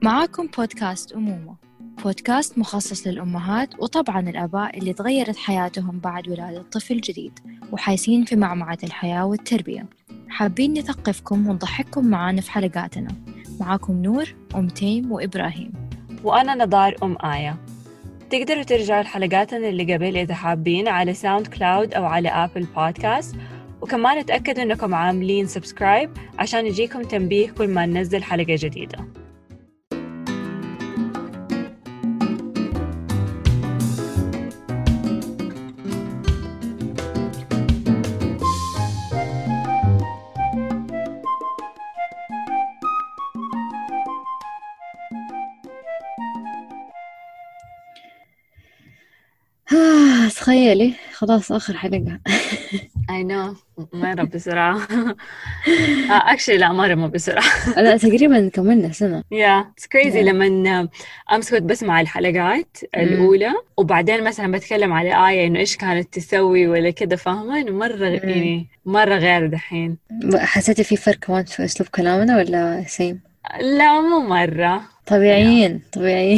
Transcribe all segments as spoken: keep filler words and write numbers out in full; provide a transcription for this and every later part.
معاكم بودكاست أمومة، بودكاست مخصص للأمهات وطبعاً الآباء اللي تغيرت حياتهم بعد ولادة طفل جديد وحايسين في معمعة الحياة والتربية. حابين نثقفكم ونضحككم معانا في حلقاتنا. معاكم نور، أم تيم وإبراهيم، وأنا نضار أم آية. تقدروا ترجعوا لحلقاتنا اللي قبل إذا حابين على ساوند كلاود أو على آبل بودكاست، وكمان اتأكدوا أنكم عاملين سبسكرايب عشان يجيكم تنبيه كل ما ننزل حلقة جديدة. آه، تخيلي خلاص آخر حلقة. I know مرة بسرعة. آه actually لا مرة مو بسرعة. لا تقريبا كملنا سنة. yeah it's crazy yeah. لما أمس كنت بسمع الحلقات الأولى mm. وبعدين مثلا بتكلم على آية إنه إيش كانت تسوي ولا كده، فاهمة إنه مرة mm. يعني مرة غير دحين. حسيتي في فرق كمان في أسلوب كلامنا ولا سيم؟ لا مو مرة طبيعيين yeah. طبيعيين.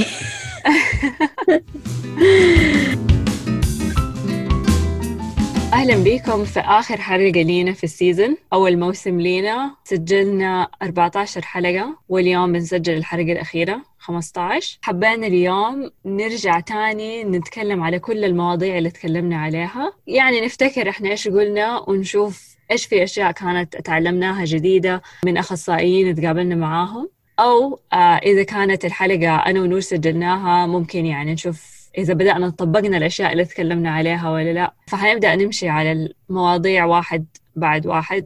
أهلا بكم في آخر حلقة لينا في السيزن، أول موسم لينا. سجلنا أربعة عشر حلقة واليوم بنسجل الحلقة الأخيرة خمسة عشر. حبينا اليوم نرجع تاني نتكلم على كل المواضيع اللي تكلمنا عليها، يعني نفتكر إحنا إيش قلنا ونشوف إيش في أشياء كانت تعلمناها جديدة من أخصائيين تقابلنا معاهم، أو آه إذا كانت الحلقة أنا ونور سجلناها ممكن يعني نشوف إذا بدأنا طبقنا الأشياء اللي تكلمنا عليها ولا لا. فهنبدأ نمشي على المواضيع واحد بعد واحد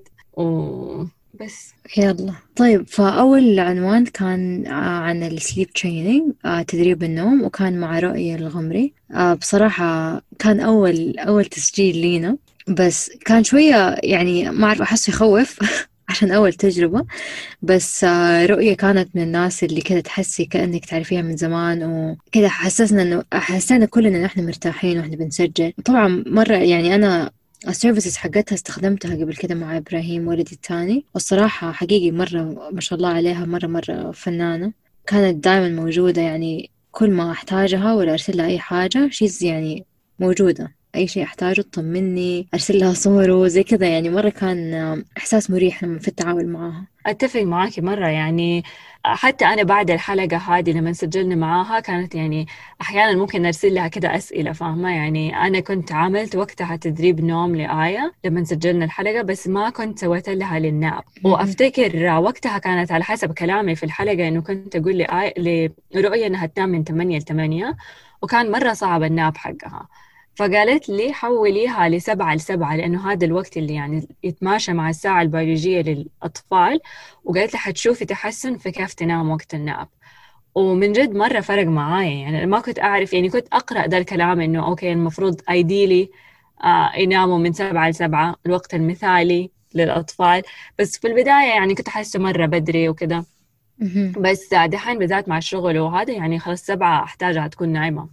وبس. يلا طيب، فأول عنوان كان عن السليب ترينينج، تدريب النوم، وكان مع رؤية الغمري. بصراحة كان أول أول تسجيل لينا، بس كان شوية يعني ما أعرف، أحسه يخوف عشان أول تجربة. بس رؤية كانت من الناس اللي كده تحسي كأنك تعرفيها من زمان، وكده حسسنا إنه حسينا كلنا نحن مرتاحين وإحنا بنسجل. طبعا مرة يعني أنا السيرفيسز حقتها استخدمتها قبل كده مع إبراهيم ولدي الثاني، والصراحة حقيقي مرة ما شاء الله عليها، مرة مرة فنانة. كانت دائما موجودة، يعني كل ما أحتاجها ولا أرسل لها أي حاجة شيز يعني موجودة، أي شيء أحتاجه تطمني، أرسل لها صور وزي كذا. يعني مرة كان إحساس مريح لما في التعامل معها. أتفق معاكي مرة، يعني حتى أنا بعد الحلقة هذه لما سجلنا معاها كانت يعني أحيانا ممكن نرسل لها كده أسئلة، فاهمة؟ يعني أنا كنت عملت وقتها تدريب نوم لآية لما سجلنا الحلقة، بس ما كنت سويت لها للناب. وأفتكر وقتها كانت على حسب كلامي في الحلقة إنه كنت أقول لآية لرؤية إنها تنام من ثمانية لثمانية، وكان مرة صعب الناب حقها، فقالت لي حوليها لسبعة لسبعة لأنه هذا الوقت اللي يعني يتماشى مع الساعة البيولوجية للأطفال، وقالت لي حتشوفي تحسن في كيف تنام وقت الناب. ومن جد مرة فرق معايا، يعني ما كنت أعرف، يعني كنت أقرأ ده الكلام إنه أوكي المفروض أيديلي آه يناموا من سبعة لسبعة الوقت المثالي للأطفال، بس في البداية يعني كنت أحسه مرة بدري وكده. بس دحين بالذات مع الشغل وهذا يعني خلاص سبعة أحتاجها تكون نايمة.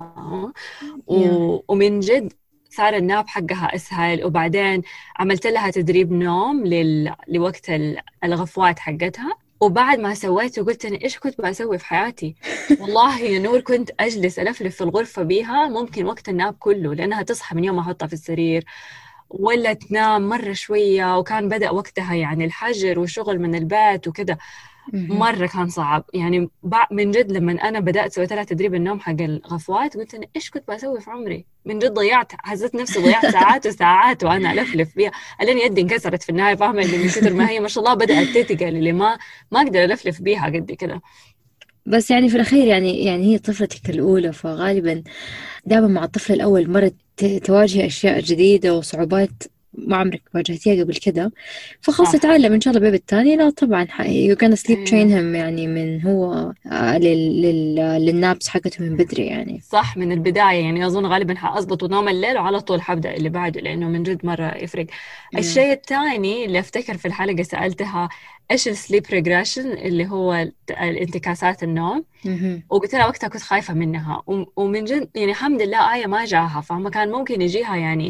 و... ومن جد صار الناب حقها أسهل. وبعدين عملت لها تدريب نوم لل... لوقت الغفوات حقتها، وبعد ما سويته قلت أنا إيش كنت بسوي في حياتي؟ والله يا نور كنت أجلس ألفلف في الغرفة بيها ممكن وقت الناب كله، لأنها تصحى من يوم ما أحطها في السرير ولا تنام مرة شوية. وكان بدأ وقتها يعني الحجر وشغل من البيت وكده، مرة كان صعب. يعني من جد لما أنا بدأت سويت لها تدريب النوم حق الغفوات قلت أنا إيش كنت بسوي في عمري؟ من جد ضيعت، حسيت نفسي ضيعت ساعات وساعات وأنا ألفلف بيها، ألين يدي انكسرت في النهاية، فاهمة؟ اللي من كتر ما هي ما شاء الله بدأت تتقل، اللي ما ما أقدر ألفلف بيها قد كده. بس يعني في الأخير يعني يعني هي طفلتك الأولى، فغالبا دائما مع الطفل الأول مرة تواجه أشياء جديدة وصعوبات ما عمرك واجهتيها قبل كده، فخلاص تتعلم إن شاء الله. بيبي الثاني لا طبعا you're gonna sleep train him يعني من هو لل لل للنابس حقته من بدري، يعني صح من البداية. يعني أظن غالبا حأضبط نوم الليل وعلى طول حبدأ اللي بعده، لأنه من جد مرة يفرق. yeah. الشيء الثاني اللي أفتكر في الحلقة سألتها إيش السليب ريجريشن، اللي هو الانتكاسات النوم. mm-hmm. وقلت لها وقتها كنت خايفة منها، ومن جد يعني الحمد لله آية ما جاها، فما كان ممكن يجيها يعني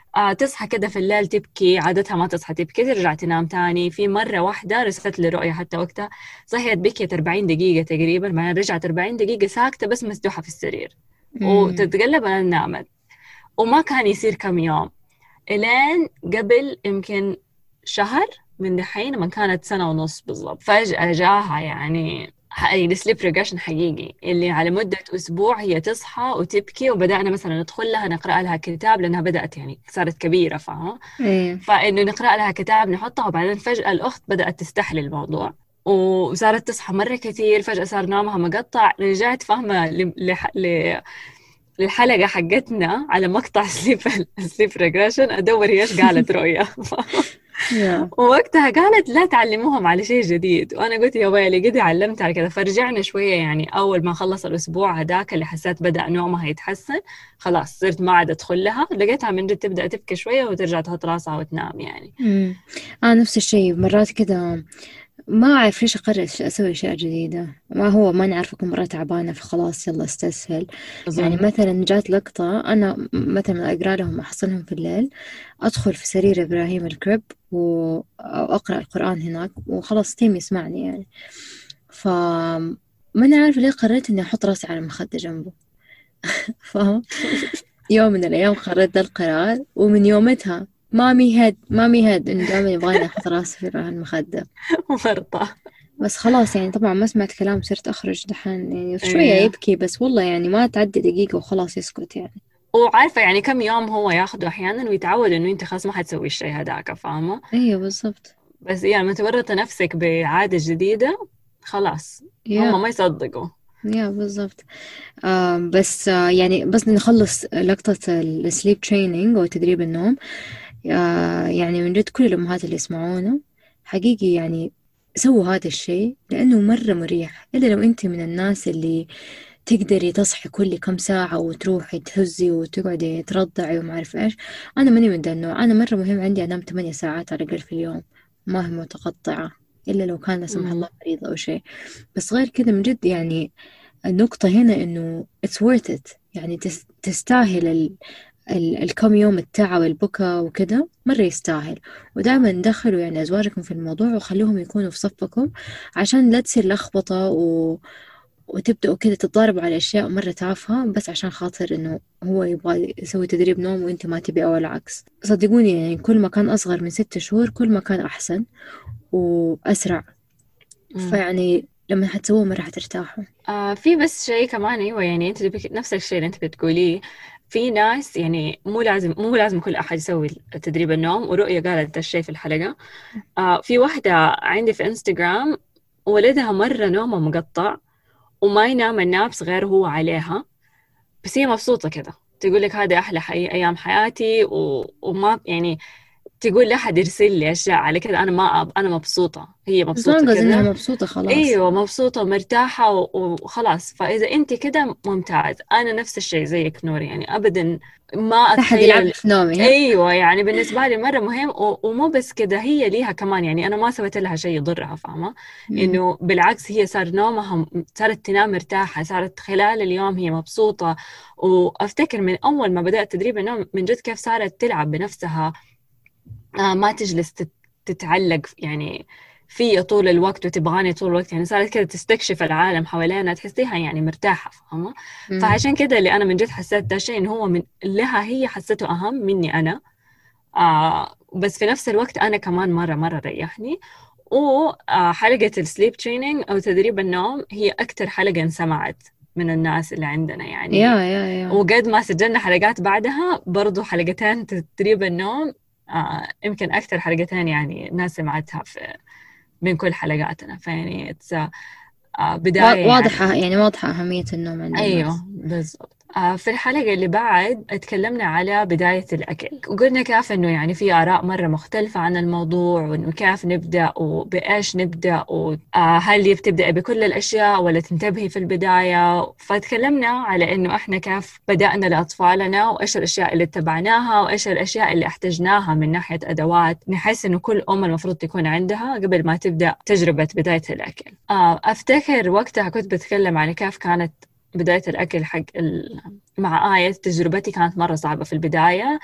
آه تصحى كده في الليل تبكي، عادتها ما تصحى تبكي، ترجع تنام تاني. في مرة واحدة رسلت لي رؤية حتى وقتها، صحيت بكيت أربعين دقيقة تقريبا، بعدين رجعت أربعين دقيقة ساكتة بس مسدوحة في السرير أمم. وتتقلب أنا نامت. وما كان يصير كم يوم، إلين قبل يمكن شهر من دحين لما كانت سنة ونص بالضبط، فجأة جاها يعني السليب ريجريشن حقيقي، اللي على مدة أسبوع هي تصحى وتبكي، وبدأنا مثلا ندخل لها نقرأ لها كتاب لأنها بدأت يعني صارت كبيرة، فاهمة؟ إيه. فإنه نقرأ لها كتاب نحطها، وبعدين فجأة الأخت بدأت تستحلي الموضوع وصارت تصحى مرة كثير، فجأة صار نومها مقطع. رجعت فاهمة ل... لح... ل... للحلقة حقتنا على مقطع سليب سليب ريجريشن أدور هي إيش قالت رؤية. يا ووقتها قالت لا تعلموهم على شيء جديد، وأنا قلت يا ويلي قد علمت على كذا. فرجعنا شوية يعني، أول ما خلص الأسبوع هداك اللي حسيت بدأ نومها يتحسن، خلاص صرت ما عاد أدخل لها، لقيتها من جد تبدأ تبكي شوية وترجع تحط راسها وتنام يعني. أمم. آه نفس الشيء مرات كده، ما أعرف ليش أقرر أسوي أشياء جديدة، ما هو ما نعرف أكون مرة تعبانة فخلاص يلا استسهل. يعني بالضبط. مثلا جات لقطة أنا مثلا أقرأ لهم أحصلهم في الليل، أدخل في سرير إبراهيم الكريب وأقرأ القرآن هناك وخلاص تيم يسمعني يعني. ف ما نعرف ليه قررت إني أحط راسي على المخدة جنبه. فاهم؟ يوم من الأيام قررت ذا القرار، ومن يومتها مامي هيد مامي هيد إنه دائما يبغاني أحط راسي في المخدة. مرضى. بس خلاص يعني طبعا ما سمعت كلام، صرت أخرج دحين يعني شوية إيه. يبكي بس والله يعني ما تعدي دقيقة وخلاص يسكت يعني. وعارفة يعني كم يوم هو ياخده أحيانا ويتعود إنه أنت خلاص ما حتسوي الشيء هداك، فاهمة؟ أيوة بالضبط. بس يعني لما تورطي نفسك بعادة جديدة خلاص هم يا ما يصدقوا. يا بالضبط. آه بس آه يعني بس نخلص لقطة السليب تريننج وتدريب النوم. آه يعني من جد كل الأمهات اللي يسمعونا حقيقي يعني سووا هذا الشيء، لأنه مرة مريح. إلا لو أنت من الناس اللي تقدري تصحي كل كم ساعة وتروحي تهزي وتقعدي ترضعي وما أعرف إيش، أنا ماني من ذا النوع. أنا مرة مهم عندي أنام ثمانية ساعات على الأقل في اليوم، ما هي متقطعة، إلا لو كان لا سمح الله مم. مريضة أو شيء. بس غير كذا من جد يعني النقطة هنا إنه it's worth it، يعني تس- تستاهل ال ال الكم يوم التعب البكا وكذا، مرة يستاهل. ودائما دخلوا يعني أزواجكم في الموضوع وخلوهم يكونوا في صفكم، عشان لا تصير لخبطة و... وتبدأوا كذا تتضاربوا على أشياء مرة تافهة بس عشان خاطر إنه هو يبغى يسوي تدريب نوم وإنت ما تبي، أو العكس. صدقوني يعني كل ما كان أصغر من ست شهور كل ما كان أحسن وأسرع. مم. فيعني لما حتسووه مرة حترتاحوا. آه في بس شيء كمان، أيوة يعني أنت بك... نفس الشيء اللي أنت بتقوليه. في ناس يعني مو لازم مو لازم كل أحد يسوي تدريب النوم، ورؤية قالت ده الشيء في الحلقة. آه في واحدة عندي في إنستغرام ولدها مرة نومه مقطع وما ينام النابس غير هو عليها، بس هي مبسوطة كده، تقول لك هذا أحلى حي... أيام حياتي و... وما يعني تقول لأحد يرسل لي أشياء على كده، أنا ما أب... أنا مبسوطة، هي as مبسوطة long as إنها كده. مبسوطة خلاص. ايوه مبسوطه ومرتاحه و- وخلاص. فاذا انت كده ممتاز. انا نفس الشيء زيك نور، يعني ابدا ما لا أحد يلعب اتخيل. في نومي ها. ايوه يعني بالنسبه لي مره مهم، و- ومو بس كده، هي ليها كمان يعني انا ما سويت لها شيء يضرها، فاهمه؟ مم. انه بالعكس هي صار نومها م- صارت تنام مرتاحه، صارت خلال اليوم هي مبسوطه. وافتكر من اول ما بدات تدريب النوم من جد كيف صارت تلعب بنفسها، آه ما تجلس تت- تتعلق يعني في طول الوقت وتبغاني طول الوقت، يعني صارت كده تستكشف العالم حوالينا، تحسيها يعني مرتاحة، فاهمة؟ مم. فعشان كده اللي أنا من جد حسيت ده شيء إنه هو من لها هي حسيته أهم مني أنا. آه بس في نفس الوقت أنا كمان مرة مرة ريحني. وحلقة السليب تريننج أو تدريب النوم هي أكتر حلقة انسمعت من الناس اللي عندنا يا يعني. يا يا وقد ما سجلنا حلقات بعدها برضو حلقتين تدريب النوم، آه يمكن أكثر حلقتين يعني الناس سمعتها في من كل حلقاتنا، فيعني آه وا- بداية واضحة يعني. يعني واضحة أهمية النوم عند أيوه الناس. بالضبط. آه في الحلقة اللي بعد اتكلمنا على بداية الأكل، وقلنا كيف إنه يعني في آراء مرة مختلفة عن الموضوع، وإنه كيف نبدأ وبإيش نبدأ، وهل تبدأ بكل الأشياء ولا تنتبهي في البداية. فتكلمنا على إنه إحنا كيف بدأنا لأطفالنا، وإيش الأشياء اللي اتبعناها، وإيش الأشياء اللي احتجناها من ناحية أدوات نحس إنه كل أم المفروض تكون عندها قبل ما تبدأ تجربة بداية الأكل. آه أفتكر وقتها كنت بتكلم على كيف كانت بداية الأكل حق ال... مع آية. تجربتي كانت مرة صعبة في البداية،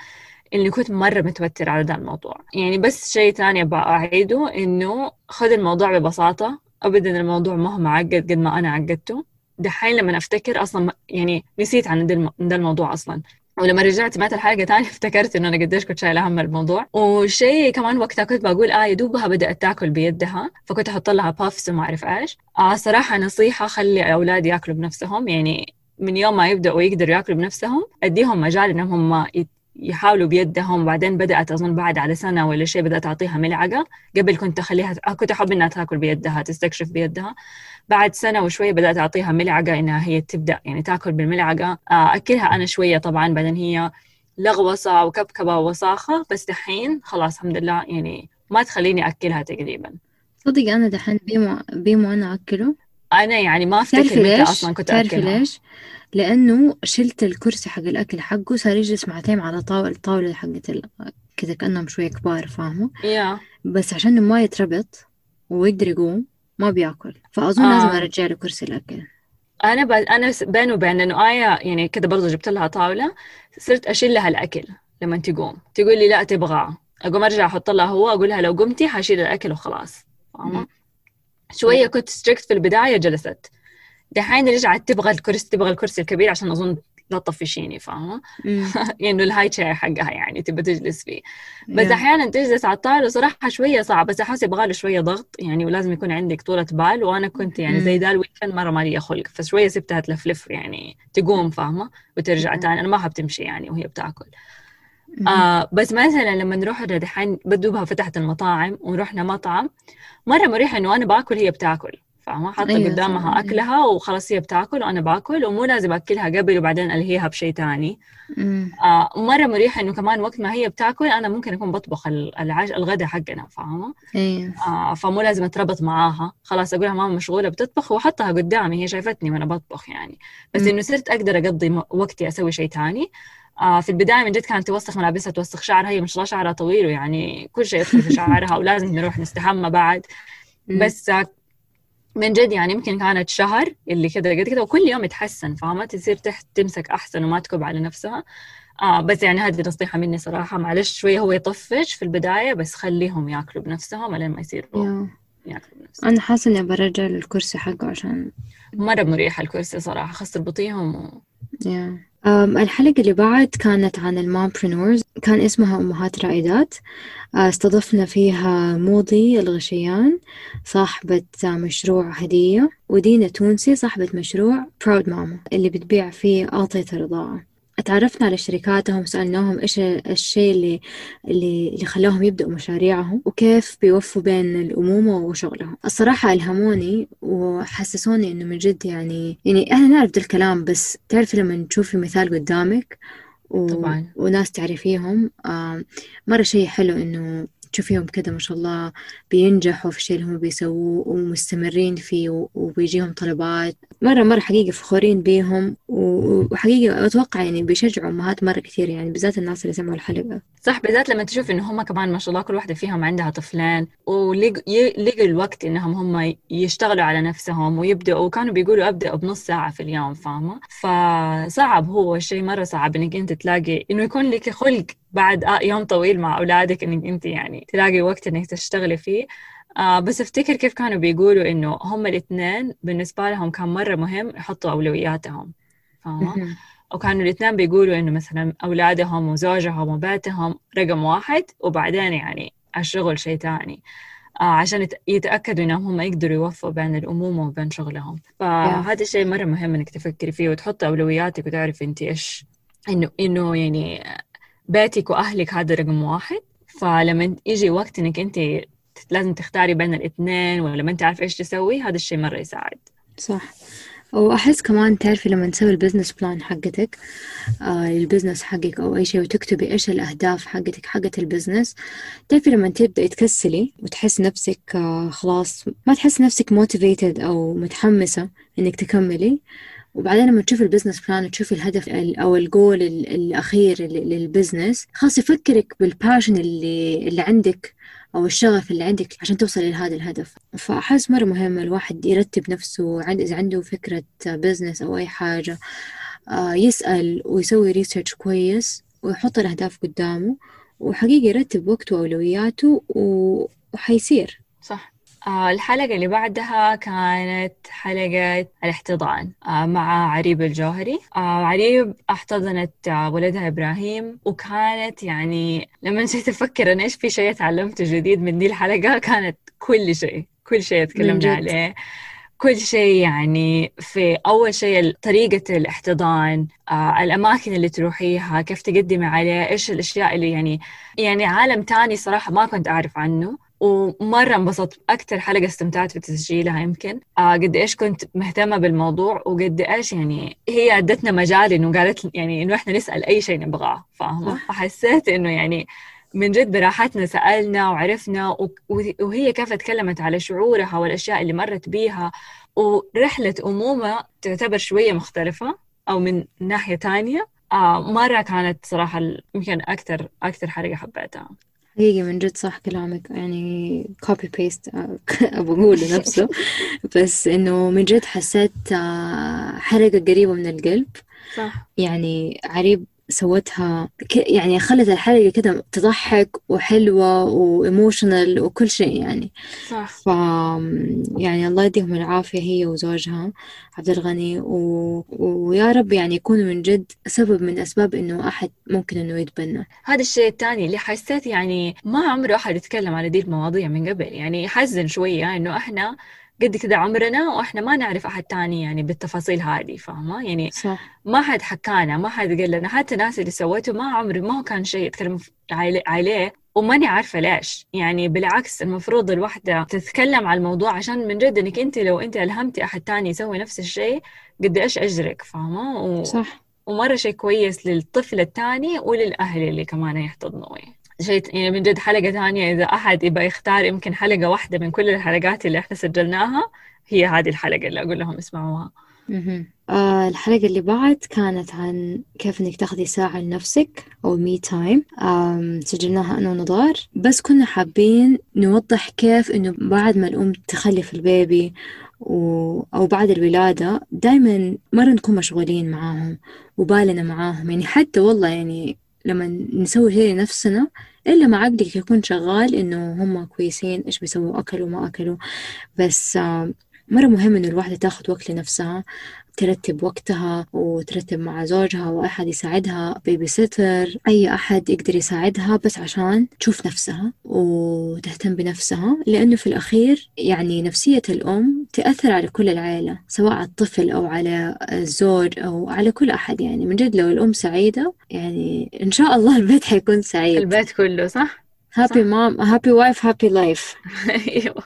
اللي كنت مرة متوترة على ذا الموضوع. يعني بس شيء ثاني أبغى أعيده، إنه خذ الموضوع ببساطة. أبدا الموضوع ما هو معقد قد ما أنا عقدته. دحين لما أفتكر أصلا يعني نسيت عن ذا الموضوع أصلا، ولما رجعت سمعت الحلقة تاني افتكرت إنه أنا قديش كنت شايلة هم الموضوع. وشيء كمان وقتها كنت بقول آه يدوبها بدأت تاكل بيدها، فكنت أحط لها بافس وما أعرف إيش. آه صراحة نصيحة، خلي أولادي يأكلوا بنفسهم. يعني من يوم ما يبدأوا يقدروا يأكلوا بنفسهم أديهم مجال إنهم هم يحاولوا بيدهم. بعدين بدأت أظن بعد على سنة ولا شيء بدأت أعطيها ملعقة. قبل كنت أخليها، كنت أحب إنها تأكل بيدها تستكشف بيدها. بعد سنة وشوية بدأت أعطيها ملعقة إنها هي تبدأ يعني تأكل بالملعقة. أكلها أنا شوية طبعا، بعدين هي لغوصة وكبكبة ووساخة، بس دحين خلاص الحمد لله يعني ما تخليني أكلها تقريبا. صدق أنا دحين بيمو بيمو أنا أكله. أنا يعني ما أفتكر تعرفي متى ليش؟ أصلا كنت تعرفي أكلها. ليش؟ لأنه شلت الكرسي حق الأكل حقه، صار يجلس معتين على طاولة الطاولة حقت ال... كذا كأنهم شوية كبار، فاهمة؟ يا بس عشان ما يتربط ويقدر يقوم ما بياكل، فأظن لازم آه. أرجع له كرسي الأكل. أنا ب... أنا بين وبين إنه آية يعني كده برضو جبت لها طاولة، صرت أشيل لها الأكل لما تقوم. تقول لي لا تبغى، أقوم أرجع أحط لها هو، أقول لها لو قمتي حشيل الأكل وخلاص، فاهمة؟ شوية كنت ستريكت في البداية، جلست. دحين رجعت تبغى الكرسي، تبغى الكرسي الكبير عشان أظن لا تطفشيني، فاهمة؟ يعني الهاي تشير حقها يعني تبى تجلس فيه. بس أحيانا تجلس على الطاولة صراحة شوية صعب، بس أحس يبغى له شوية ضغط يعني، ولازم يكون عندك طولة بال. وأنا كنت يعني زي ذا الويكند مرة ما لي خلق، فشوية سبتها تلفلف يعني تقوم، فاهمة؟ وترجع تاني. أنا ما أحب تمشي يعني وهي بتاكل. آه بس مثلا لما نروح دحين بدوبها فتحت المطاعم ورحنا مطعم، مرة مريح إنه أنا باكل هي بتاكل، فاهمة؟ حاطة أيوة قدامها أكلها وخلاص هي بتاكل وأنا باكل، ومو لازم أكلها قبل وبعدين ألهيها بشيء تاني. آه مرة مريح إنه كمان وقت ما هي بتاكل أنا ممكن أكون بطبخ العش الغداء حقنا، فاهمة؟ أيوة. آه فمو لازم أتربط معاها، خلاص أقولها ماما مشغولة بتطبخ وأحطها قدامي، هي شايفتني وأنا بطبخ يعني. بس مم. إنه صرت أقدر أقضي وقتي أسوي شيء تاني. آه في البداية من جد كانت توسخ ملابسها، توسخ شعرها، هي مش شعرها طويل ويعني كل شيء يدخل في شعرها ولازم نروح نستحمى بعد. بس من جد يعني يمكن كانت شهر اللي كده قد كده، وكل يوم يتحسن، فاهمة؟ تصير تحت تمسك أحسن وما تكب على نفسها. آه بس يعني هذه نصيحة مني صراحة، معلش شوية هو يطفش في البداية، بس خليهم يأكلوا بنفسهم لين ما يصيروا يأكلوا بنفسهم. أنا حاسة إني برجع للكرسي حقه عشان مرة مريح الكرسي صراحة، خاصة تربطيهم و... yeah. um, الحلقة اللي بعد كانت عن المامبرينورز، كان اسمها أمهات رائدات. استضفنا فيها موضي الغشيان صاحبة مشروع هدية، ودينا تونسي صاحبة مشروع براود ماما اللي بتبيع فيه آطية الرضاعة. اتعرفنا على شركاتهم، سألناهم إيش الشيء اللي اللي اللي خلاهم يبدأوا مشاريعهم وكيف بيوفوا بين الأمومة وشغلهم. الصراحة ألهموني وحسسوني إنه من جد يعني يعني إحنا نعرف ده الكلام، بس تعرفي لما تشوفي مثال قدامك و... طبعاً. وناس تعرفيهم، آه مرة شيء حلو إنه تشوفيهم كده ما شاء الله بينجحوا في الشيء اللي هم بيسووه ومستمرين فيه وبيجيهم طلبات. مرة مرة حقيقة فخورين بيهم، وحقيقة أتوقع يعني بيشجعوا أمهات مرة كثير يعني، بالذات الناس اللي سمعوا الحلقة. صح، بالذات لما تشوف إنه هم كمان ما شاء الله كل واحدة فيهم عندها طفلين، ولقوا الوقت إنهم هم يشتغلوا على نفسهم ويبدأوا. وكانوا بيقولوا أبدأ بنص ساعة في اليوم، فاهمة؟ فصعب، هو شيء مرة صعب إنك أنت تلاقي إنه يكون لك خلق بعد يوم طويل مع أولادك إنك أنت يعني تلاقي وقت إنك تشتغلي فيه. آه بس أفتكر كيف كانوا بيقولوا إنه هم الاثنين بالنسبة لهم كان مرة مهم يحطوا أولوياتهم، فاهمة؟ وكانوا الاثنين بيقولوا إنه مثلا أولادهم وزوجهم وبيتهم رقم واحد، وبعدين يعني الشغل شيء تاني، آه عشان يتأكدوا إنهم هم يقدروا يوفوا بين الأمومة وبين شغلهم. فهذا الشيء مرة مهم إنك تفكري فيه وتحط أولوياتك وتعرف أنت إيش، إنه إنه يعني بيتك وأهلك هذا رقم واحد. فلما يجي وقت إنك أنت لازم تختاري بين الاثنين ولا ما أنت عارف إيش تسوي، هذا الشيء مرة يساعد. صح. وأحس كمان تعرفي لما تسوي البزنس بلان حقتك، آه البزنس حقك أو أي شيء، وتكتبي إيش الأهداف حقتك حقة البزنس، تعرفي لما تبدأ تكسلي وتحس نفسك آه خلاص ما تحس نفسك موتيفيتد أو متحمسة إنك تكملي، وبعدين لما تشوفي البزنس بلان وتشوفي الهدف أو الجول الأخير للبزنس، خلاص يفكرك بالباشن اللي اللي عندك أو الشغف اللي عندك عشان توصل لهذا الهدف. فأحس مرة مهم الواحد يرتب نفسه، عند إذا عنده فكرة بزنس أو أي حاجة، آه يسأل ويسوي ريسيرش كويس ويحط الأهداف قدامه وحقيقي يرتب وقته وأولوياته وحيصير. صح. آه الحلقة اللي بعدها كانت حلقة الاحتضان آه مع عريب الجوهري. آه عريب احتضنت آه ولدها إبراهيم، وكانت يعني لما جيت أفكر أنا إيش في شيء تعلمته جديد من دي الحلقة، كانت كل شيء كل شيء تكلمنا عليه، كل شيء. يعني في أول شيء طريقة الاحتضان، آه الأماكن اللي تروحيها، كيف تقدمي عليه، إيش الأشياء اللي يعني يعني عالم تاني صراحة ما كنت أعرف عنه. ومرة انبسطت، أكتر حلقة استمتعت في تسجيلها يمكن آه قد إيش كنت مهتمة بالموضوع، وقد إيش يعني هي أدتنا مجال إنه قالت يعني إنه إحنا نسأل أي شيء نبغاه، فاهمة؟ فحسيت إنه يعني من جد براحتنا سألنا وعرفنا، وهي كيف تكلمت على شعورها والأشياء اللي مرت بيها. ورحلة أمومة تعتبر شوية مختلفة أو من ناحية تانية. آه مرة كانت صراحة يمكن أكتر أكتر حلقة حبيتها. حقيقي من جد صح كلامك، يعني copy paste أبغى أقوله نفسه. بس إنه من جد حسيت حلقة قريبة من القلب. صح. يعني عريب سوتها يعني خلت الحلقة كده تضحك وحلوة وإيموشنال وكل شيء يعني. صح. ف يعني الله يديهم العافية هي وزوجها عبد الغني و... ويا رب يعني يكونوا من جد سبب من أسباب إنه أحد ممكن إنه يتبنى. هذا الشيء الثاني اللي حسيت يعني ما عمره أحد يتكلم على دي المواضيع من قبل، يعني يحزن شوية إنه إحنا قد كده عمرنا وإحنا ما نعرف أحد تاني يعني بالتفاصيل هذه، فاهمة يعني؟ صح. ما حد حكانا، ما حد قال لنا، حتى الناس اللي سوته ما عمري ما كان شيء يتكلم عليه، وماني عارفة ليش. يعني بالعكس المفروض الوحدة تتكلم على الموضوع، عشان من جد إنك أنت لو أنت ألهمتي أحد تاني يسوي نفس الشيء قد إيش أجرك، فاهمة؟ و... صح. ومرة شيء كويس للطفل الثاني وللأهل اللي كمان يحتضنوا. شيء يعني من جد حلقة ثانية إذا أحد يبقى يختار يمكن حلقة واحدة من كل الحلقات اللي إحنا سجلناها، هي هذه الحلقة اللي أقول لهم اسمعوها. آه الحلقة اللي بعد كانت عن كيف إنك تاخذي ساعة لنفسك أو مي تايم. سجلناها أنا ونضار، بس كنا حابين نوضح كيف إنه بعد ما الأم تخلف البيبي و... أو بعد الولادة دايما مرة نكون مشغولين معاهم وبالنا معاهم. يعني حتى والله يعني لما نسوي شيء لنفسنا إلا ما عقلك يكون شغال إنه هم كويسين، إيش بيسووا، أكلوا ما أكلوا. بس آه مرة مهم إنه الواحدة تاخد وقت لنفسها، ترتب وقتها وترتب مع زوجها وأحد يساعدها، بيبي سيتر، أي أحد يقدر يساعدها، بس عشان تشوف نفسها وتهتم بنفسها. لأنه في الأخير يعني نفسية الأم تأثر على كل العائلة، سواء على الطفل أو على الزوج أو على كل أحد. يعني من جد لو الأم سعيدة يعني إن شاء الله البيت حيكون سعيد، البيت كله. صح. happy mom happy wife happy life. أيوة.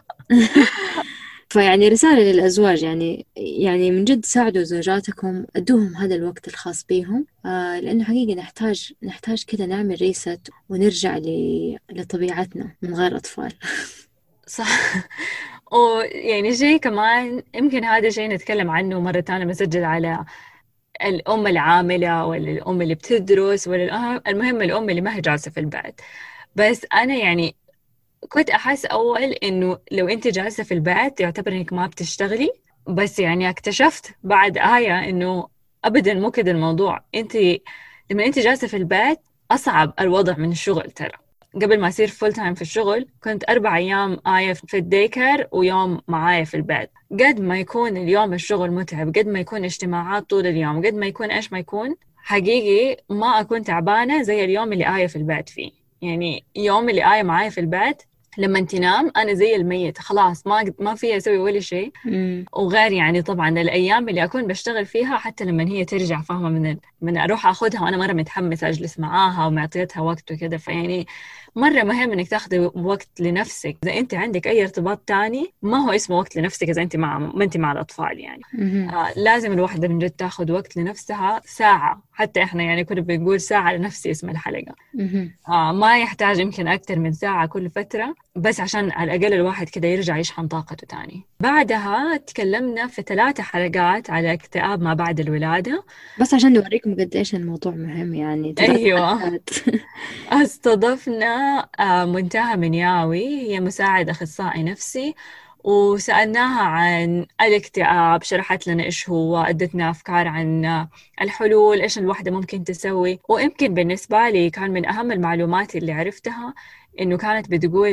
فيعني رسالة للأزواج، يعني يعني من جد ساعدوا زوجاتكم، ادوهم هذا الوقت الخاص بيهم. آه لأنه حقيقي نحتاج نحتاج كده نعمل ريست ونرجع ل... لطبيعتنا من غير أطفال. صح. ويعني شيء كمان يمكن هذا شيء نتكلم عنه مرة تانية، مسجل على الأم العاملة ولا الأم اللي بتدرس ولا المهم الأم اللي ما هي جالسة في البيت. بس أنا يعني كنت أحس أول إنه لو أنت جالسة في البيت يعتبر إنك ما بتشتغلي، بس يعني اكتشفت بعد آية إنه أبداً مو كده الموضوع. أنت لما أنت جالسة في البيت أصعب الوضع من الشغل. ترى قبل ما أصير فول تايم في الشغل كنت أربع أيام آية في الديكر ويوم معايا في البيت. قد ما يكون اليوم الشغل متعب، قد ما يكون اجتماعات طول اليوم، قد ما يكون إيش ما يكون، حقيقي ما أكون تعبانة زي اليوم اللي آية في البيت فيه. يعني يوم اللي آية معايا في البيت لما تنام أنا زي الميت خلاص، ما ما فيها أسوي ولا شيء. وغير يعني طبعا الأيام اللي أكون بشتغل فيها حتى لما هي ترجع، فاهمة، من من أروح أخذها وأنا مرة متحمسة أجلس معاها ومعطيتها وقت وكذا. فيعني مرة مهم إنك تاخذي وقت لنفسك. إذا أنت عندك أي ارتباط تاني ما هو اسمه وقت لنفسك إذا أنت مع ما أنت مع الأطفال. يعني آه لازم الواحدة من جد تاخذ وقت لنفسها ساعة. حتى إحنا يعني كنا بنقول ساعة لنفسي اسم الحلقة. آه ما يحتاج يمكن أكتر من ساعة كل فترة، بس عشان على الأقل الواحد كده يرجع يشحن طاقته تاني. بعدها تكلمنا في ثلاثة حلقات على اكتئاب ما بعد الولادة، بس عشان نوريكم قد إيش الموضوع مهم. يعني أيوة. استضفنا منتهى منياوي، هي مساعد أخصائي نفسي وسألناها عن الاكتئاب، شرحت لنا إيش هو، أدتنا أفكار عن الحلول، إيش الوحدة ممكن تسوي. ويمكن بالنسبة لي كان من أهم المعلومات اللي عرفتها إنه كانت بتقول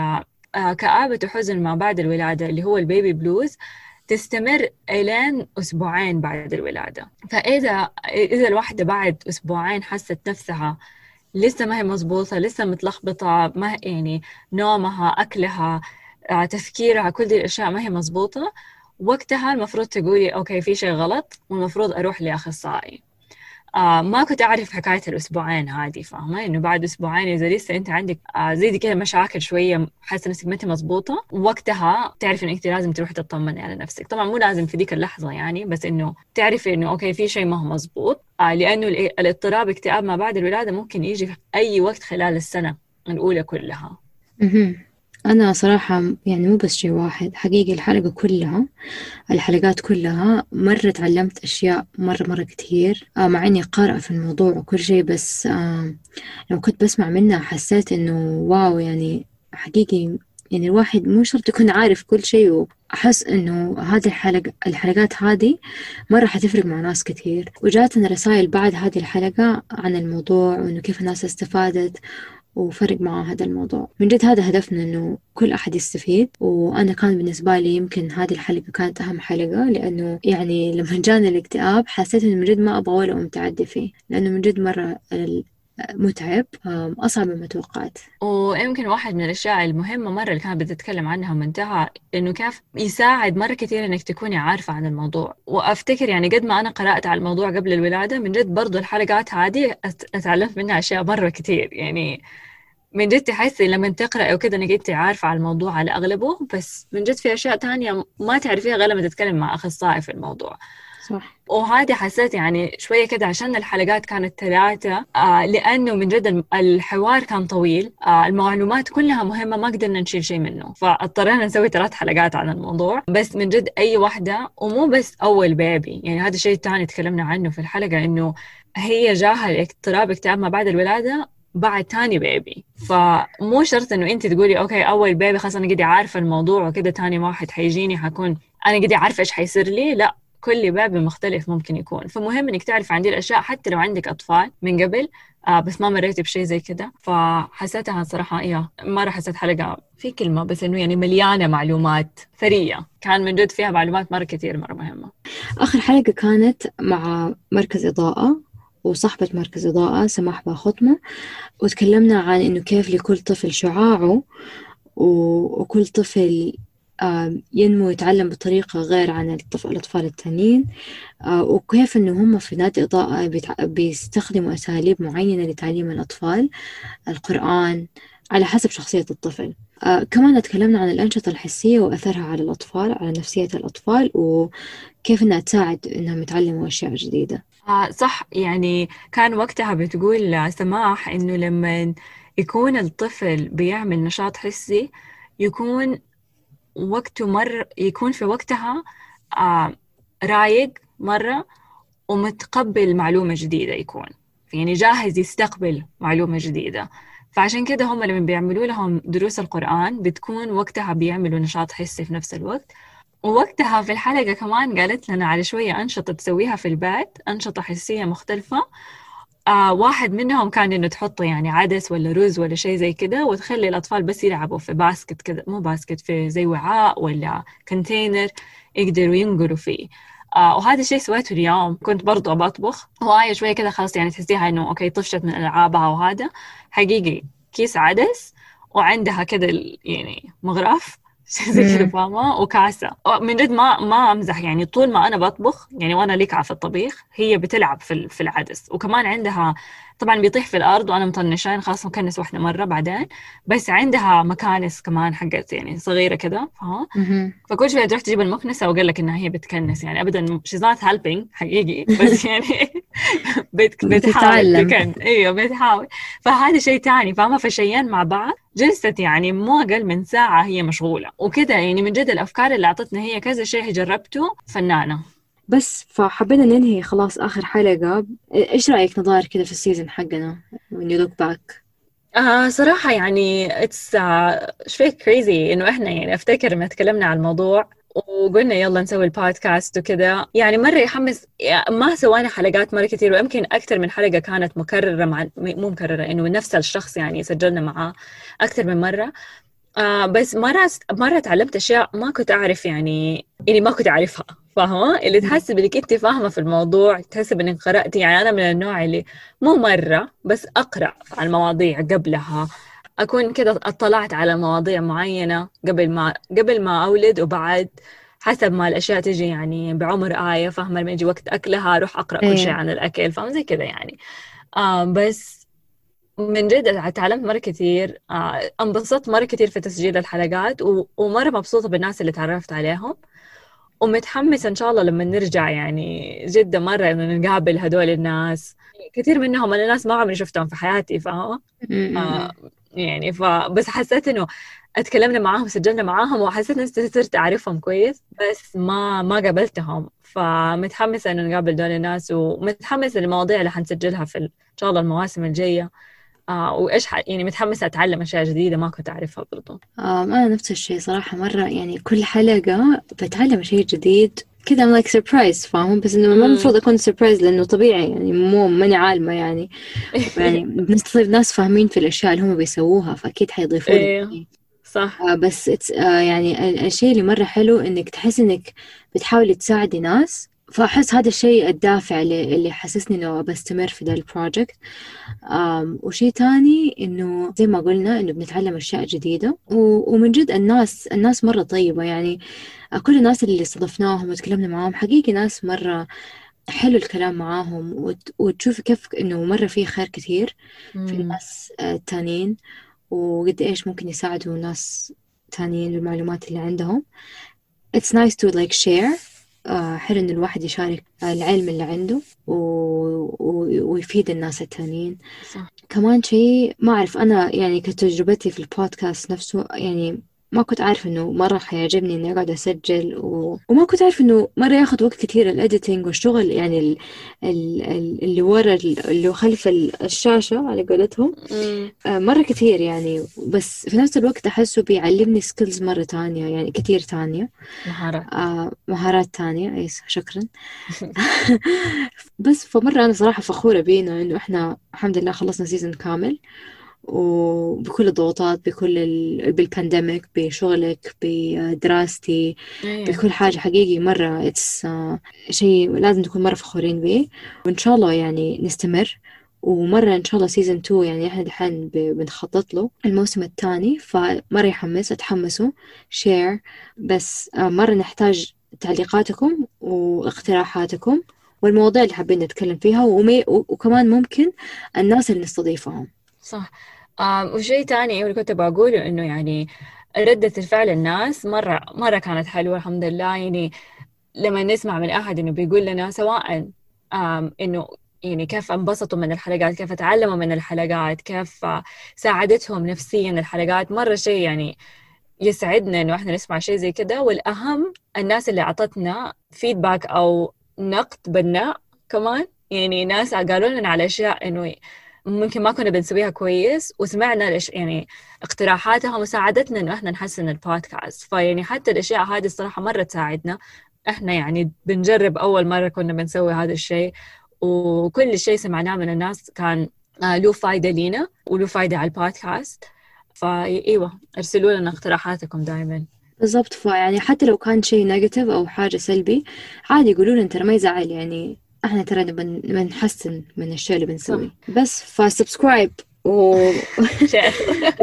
كآبة وحزن ما بعد الولادة اللي هو البيبي بلوز تستمر إلين أسبوعين بعد الولادة. فإذا إذا الواحدة بعد أسبوعين حست نفسها لسه ما هي مزبوطة، لسه متلخبطة، ما يعني نومها، أكلها، تفكيرها، كل دي الأشياء ما هي مزبوطة، وقتها المفروض تقولي أوكي في شيء غلط والمفروض أروح لأخصائي. آه ما كنت أعرف حكاية الأسبوعين هذه، فاهمة إنه بعد أسبوعين إذا لسه أنت عندك آه زي دي كده مشاكل شوية، حاسة نفسك ما أنت مضبوطة، وقتها تعرف إنه أنت لازم تروح تطمني على نفسك. طبعا مو لازم في ديك اللحظة يعني، بس إنه تعرفي إنه أوكي في شيء ما هو مضبوط. آه لأنه الاضطراب اكتئاب ما بعد الولادة ممكن يجي في أي وقت خلال السنة الأولى كلها. مهم. أنا صراحة يعني مو بس شيء واحد، حقيقي الحلقة كلها الحلقات كلها مرة تعلمت أشياء مرة مرة كتير، آه مع إني قارئة في الموضوع وكل شيء، بس آه لما كنت بسمع منها حسيت إنه واو، يعني حقيقي يعني الواحد مو شرط يكون عارف كل شيء، وأحس إنه هذه الحلقة الحلقات هذه مرة حتفرق مع ناس كتير. وجاتنا رسائل بعد هذه الحلقة عن الموضوع وإنه كيف الناس استفادت وفرق مع هذا الموضوع. من جد هذا هدفنا، إنه كل أحد يستفيد. وأنا كان بالنسبة لي يمكن هذه الحلقة كانت أهم حلقة، لأنه يعني لما جاني الاكتئاب حسيت إنه من جد ما أبغى ولا أمتعدي فيه، لأنه من جد مرة متعب، أصعب مما توقعت. ويمكن واحد من الأشياء المهمة مرة اللي كانت بتتكلم عنها ومنتهى إنه كيف يساعد مرة كثير إنك تكوني عارفة عن الموضوع. وأفتكر يعني قد ما أنا قرأت على الموضوع قبل الولادة، من جد برضو الحلقات هذه أتعلمت منها أشياء مرة كثير. يعني من جد تحسي لما تقرأي وكذا إنك أنت عارفة على الموضوع على أغلبه، بس من جد في أشياء تانية ما تعرفيها غير لما تتكلم مع أخصائي في الموضوع. صح. وهذه حسيت يعني شوية كده عشان الحلقات كانت ثلاثة، آه لأنه من جد الحوار كان طويل، آه المعلومات كلها مهمة، ما قدرنا نشيل شيء منه، فاضطرينا نسوي ثلاث حلقات عن الموضوع. بس من جد أي واحدة، ومو بس أول بيبي، يعني هذا الشيء الثاني تكلمنا عنه في الحلقة، إنه هي جاها الاضطراب اكتئاب ما بعد الولادة بعد تاني بيبي. فمو شرط إنه أنت تقولي أوكي أول بيبي خلاص أنا قدي عارفة الموضوع وكده، تاني واحد حيجيني حكون أنا قدي عارفة إيش حيصير لي. لا، كل باب مختلف ممكن يكون. فمهم إنك تعرف عن دي الأشياء حتى لو عندك أطفال من قبل، آه بس ما مريتي بشيء زي كده. فحسيتها صراحة إيه ما راح حسيت حلقة في كلمة بس إنه يعني مليانة معلومات ثرية، كان من جد فيها معلومات مرة كتير مرة مهمة. آخر حلقة كانت مع مركز إضاءة وصاحبة مركز إضاءة سماح باخطمة، وتكلمنا عن إنه كيف لكل طفل شعاعه، وكل طفل ينمو يتعلم بطريقة غير عن الطفل الأطفال التانيين، وكيف إنه هم في نادي إضاءة بيستخدموا أساليب معينة لتعليم الأطفال القرآن على حسب شخصية الطفل. كمان تكلمنا عن الأنشطة الحسية وأثرها على الأطفال، على نفسية الأطفال، وكيف إنها تساعد إنهم يتعلموا أشياء جديدة. آه صح. يعني كان وقتها بتقول سماح إنه لما يكون الطفل بيعمل نشاط حسي يكون وقته مر يكون في وقتها آه رايق مرة ومتقبل معلومة جديدة، يكون يعني جاهز يستقبل معلومة جديدة. فعشان كده هم لما بيعملوا لهم دروس القرآن بتكون وقتها بيعملوا نشاط حسي في نفس الوقت. ووقتها في الحلقة كمان قالت لنا على شوية أنشطة تسويها في البيت، أنشطة حسية مختلفة. آه واحد منهم كان إنه تحط يعني عدس ولا رز ولا شيء زي كده، وتخلي الأطفال بس يلعبوا في باسكت كده، مو باسكت، في زي وعاء ولا كونتينر يقدروا ينقروا فيه. آه وهذا الشيء سويته اليوم، كنت برضو بطبخ وهاي شوية كده خلاص يعني تحسيها إنه أوكي طفشت من ألعابها. وهذا حقيقي كيس عدس وعندها كده يعني مغرف زي كده فاهمة، وكاسة. من جد ما ما أمزح، يعني طول ما أنا بطبخ يعني وأنا ليكعة في الطبيخ هي بتلعب في في العدس. وكمان عندها طبعا بيطيح في الأرض وأنا مطنشان خلاص مكنس واحدة مرة بعدين، بس عندها مكانس كمان حقت يعني صغيرة كده فاهمة. فكل شوية تروح تجيب المكنسة وقال لك إنها هي بتكنس، يعني أبدا she's not helping حقيقي، بس يعني بت بتحاول تكن أيوة بتحاول. فهذا شيء تاني فاهمة. فشيئين مع بعض جلست يعني مو أقل من ساعة هي مشغولة وكده. يعني من جد الأفكار اللي أعطتنا هي كذا شيء جربته فنانة. بس فحبينا ننهي خلاص آخر حلقة. إيش رأيك نضار كده في السيزن حقنا when you look back؟ آه صراحة يعني it's آه شوي crazy إنه إحنا يعني أفتكر لما تكلمنا عن الموضوع وقلنا يلا نسوي البودكاست وكذا، يعني مرة يحمس. ما سوينا حلقات مرة كثير، ويمكن أكثر من حلقة كانت مكررة مع مو مكررة، إنه نفس الشخص يعني سجلنا معاه أكثر من مرة. آه بس مرة مرة تعلمت أشياء ما كنت أعرف، يعني يعني ما كنت أعرفها، فاهمة؟ اللي تحسب إنك أنت فاهمة في الموضوع، تحسب إنك قرأتي. يعني أنا من النوع اللي مو مرة بس أقرأ عن المواضيع قبلها، أكون كده اطلعت على مواضيع معينة قبل ما قبل ما أولد وبعد، حسب ما الأشياء تجي يعني بعمر آية، فاهمة؟ لما يجي وقت أكلها أروح أقرأ كل شيء ايه. عن الأكل، فاهمة زي كده يعني. آه بس من جد تعلمت مرة كثير. آه انبسطت مرة كثير في تسجيل الحلقات، و- ومرة مبسوطة بالناس اللي تعرفت عليهم، ومتحمسة إن شاء الله لما نرجع يعني جدة مرة إنه نقابل هدول الناس. كثير منهم أنا ناس ما عمري شفتهم في حياتي، فاهمة؟ آه م-م-م. يعني فبس حسيت إنه اتكلمنا معاهم سجلنا معاهم وحسيت إني صرت أعرفهم كويس، بس ما ما قابلتهم. فمتحمسة إنه نقابل دول الناس، ومتحمسة للمواضيع اللي حنسجلها في إن شاء الله المواسم الجاية. آه وإيش ح... يعني متحمسة أتعلم أشياء جديدة ما كنت أعرفها برضو. آه أنا نفس الشيء صراحة، مرة يعني كل حلقة بتعلم شيء جديد كذا. I'm like surprise، فاهم؟ بس إنه ما امم المفروض أكون surprise لأنه طبيعي، يعني مو ماني عالمة يعني. يعني بنصير ناس فاهمين في الأشياء اللي هم بيسووها، فأكيد حيضيفوا لك إيه شيء. صح. آه بس it's آه يعني ال- الشيء اللي مرة حلو إنك تحس إنك بتحاولي تساعدي ناس، فأحس هذا الشيء الدافع اللي, اللي حسسني إنه بستمر في ذا البروجكت. آم، وشيء تاني إنه زي ما قلنا إنه بنتعلم أشياء جديدة، و- ومن جد الناس الناس مرة طيبة يعني. آه، كل الناس اللي استضفناهم وتكلمنا معاهم حقيقي ناس مرة حلو الكلام معاهم، وت- وتشوف كيف إنه مرة في خير كثير في امم الناس آه، التانيين، وقد إيش ممكن يساعدوا ناس تانيين بالمعلومات اللي عندهم. It's nice to like share. آه حلو إن الواحد يشارك العلم اللي عنده و... و... ويفيد الناس التانيين. صح. كمان شيء ما أعرف أنا، يعني كتجربتي في البودكاست نفسه، يعني ما كنت عارف إنه مرة حيعجبني إني أقعد أسجل، و... وما كنت عارف إنه مرة ياخد وقت كثير الإديتينج والشغل، يعني ال... ال... ال- اللي ورا ال- اللي خلف ال- الشاشة على قولتهم. امم آه، مرة كثير يعني، بس في نفس الوقت أحسه بيعلمني سكيلز مرة تانية، يعني كثير تانية. مهارات. آه مهارات تانية، أي شكرا. بس فمرة أنا صراحة فخورة بينا إنه إحنا الحمد لله خلصنا سيزن كامل، وبكل الضغوطات، بكل ال... بالبانديميك، بشغلك، بدراستي، ايوه بكل حاجة. حقيقي مرة اتس شيء لازم نكون مرة فخورين به، وإن شاء الله يعني نستمر. ومرة إن شاء الله سيزن تو، يعني إحنا دحين ب- بنخطط له الموسم الثاني، فمرة يحمس، اتحمسوا شير. بس آه، مرة نحتاج تعليقاتكم واقتراحاتكم والمواضيع اللي حابين نتكلم فيها، ومي... وكمان ممكن الناس اللي نستضيفهم. صح. آم وشيء تاني اللي كنت بقوله إنه يعني ردة الفعل الناس مرة مرة كانت حلوة الحمد لله. يعني لما نسمع من أحد إنه بيقول لنا سواء آم إنه يعني كيف انبسطوا من الحلقات، كيف تعلموا من الحلقات، كيف آه، ساعدتهم نفسيا الحلقات، مرة شيء يعني يسعدنا إنه إحنا نسمع شيء زي كده. والأهم الناس اللي أعطتنا فيدباك أو نقد بناء كمان، يعني ناس قالوا لنا على أشياء إنه ممكن ما كنا بنسويها كويس، وسمعنا ليش يعني اقتراحاتها وساعدتنا إنه إحنا نحسن البودكاست. فيعني حتى الأشياء هذه الصراحة مرة تساعدنا. إحنا يعني بنجرب أول مرة كنا بنسوي هذا الشيء، وكل شيء سمعناه من الناس كان آه، له فايدة لينا وله فايدة على البودكاست. فايوه ارسلوا لنا اقتراحاتكم دائما. بالضبط، فيعني حتى لو كان شيء نيجاتيف أو حاجة سلبي، عادي يقولوا لنا، ترى ما يزعل يعني. احنا ترى نبى نبى نحسن من الشيء اللي بنسويه. صح. بس فسبسكرايب و... شير.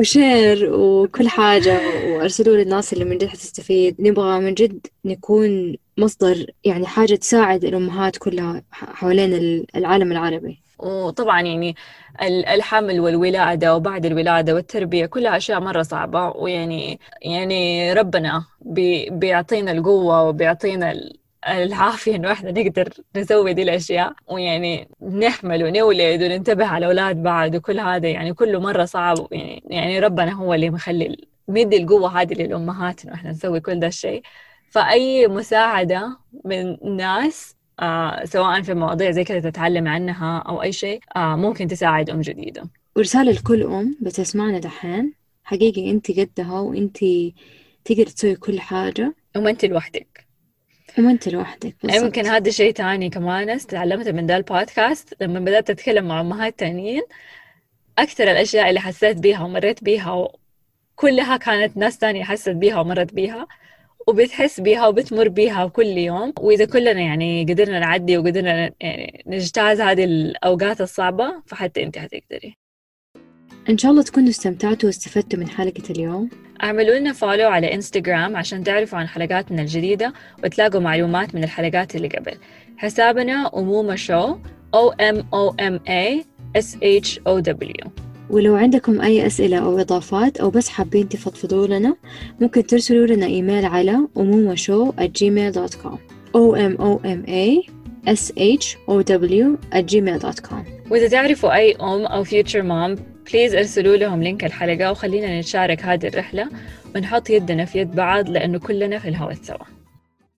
وشير وكل حاجة، وارسلوا للناس اللي من جد حتستفيد. نبغى من جد نكون مصدر، يعني حاجة تساعد الأمهات كلها ح- حوالين ال- العالم العربي. وطبعا يعني ال- الحمل والولادة وبعد الولادة والتربية كلها أشياء مرة صعبة، ويعني يعني ربنا بي بيعطينا القوة وبيعطينا ال- العافية إنه إحنا نقدر نسوي دي الأشياء، ويعني نحمل ونولد وننتبه على الأولاد بعد، وكل هذا يعني كله مرة صعب. يعني يعني ربنا هو اللي مخلي مدي القوة هذه للأمهات إنه إحنا نسوي كل ده الشيء. فأي مساعدة من ناس آه سواء في مواضيع زي كذا تتعلم عنها أو أي شيء آه ممكن تساعد أم جديدة. ورسالة لكل أم بتسمعنا دحين، حقيقي أنت قدها، وأنت تقدر تسوي كل حاجة، وما أنت لوحدك، وما أنت لوحدك. بالضبط. يمكن هذا شيء تاني كمان تعلمته من ذا البودكاست لما بدأت أتكلم مع أمهات تانيين. أكثر الأشياء اللي حسيت بيها ومريت بيها كلها كانت ناس تانية حست بيها ومرت بيها وبتحس بيها وبتمر بيها كل يوم. وإذا كلنا يعني قدرنا نعدي وقدرنا يعني نجتاز هذه الأوقات الصعبة، فحتى أنت هتقدري. إن شاء الله تكونوا استمتعتوا واستفدتوا من حلقة اليوم. اعملوا لنا فولو على انستغرام عشان تعرفوا عن حلقاتنا الجديدة وتلاقوا معلومات من الحلقات اللي قبل. حسابنا أمومة شو O M O M A S H O W. ولو عندكم أي أسئلة أو إضافات أو بس حابين تفضفضوا لنا، ممكن ترسلوا لنا إيميل على أمومة at gmail dot com O M O M A S H O W at gmail dot com. وإذا تعرفوا أي أم أو future mom بليز ارسلوا لهم لينك الحلقة وخلينا نتشارك هذه الرحلة ونحط يدنا في يد بعض، لأنه كلنا في الهوى سوا.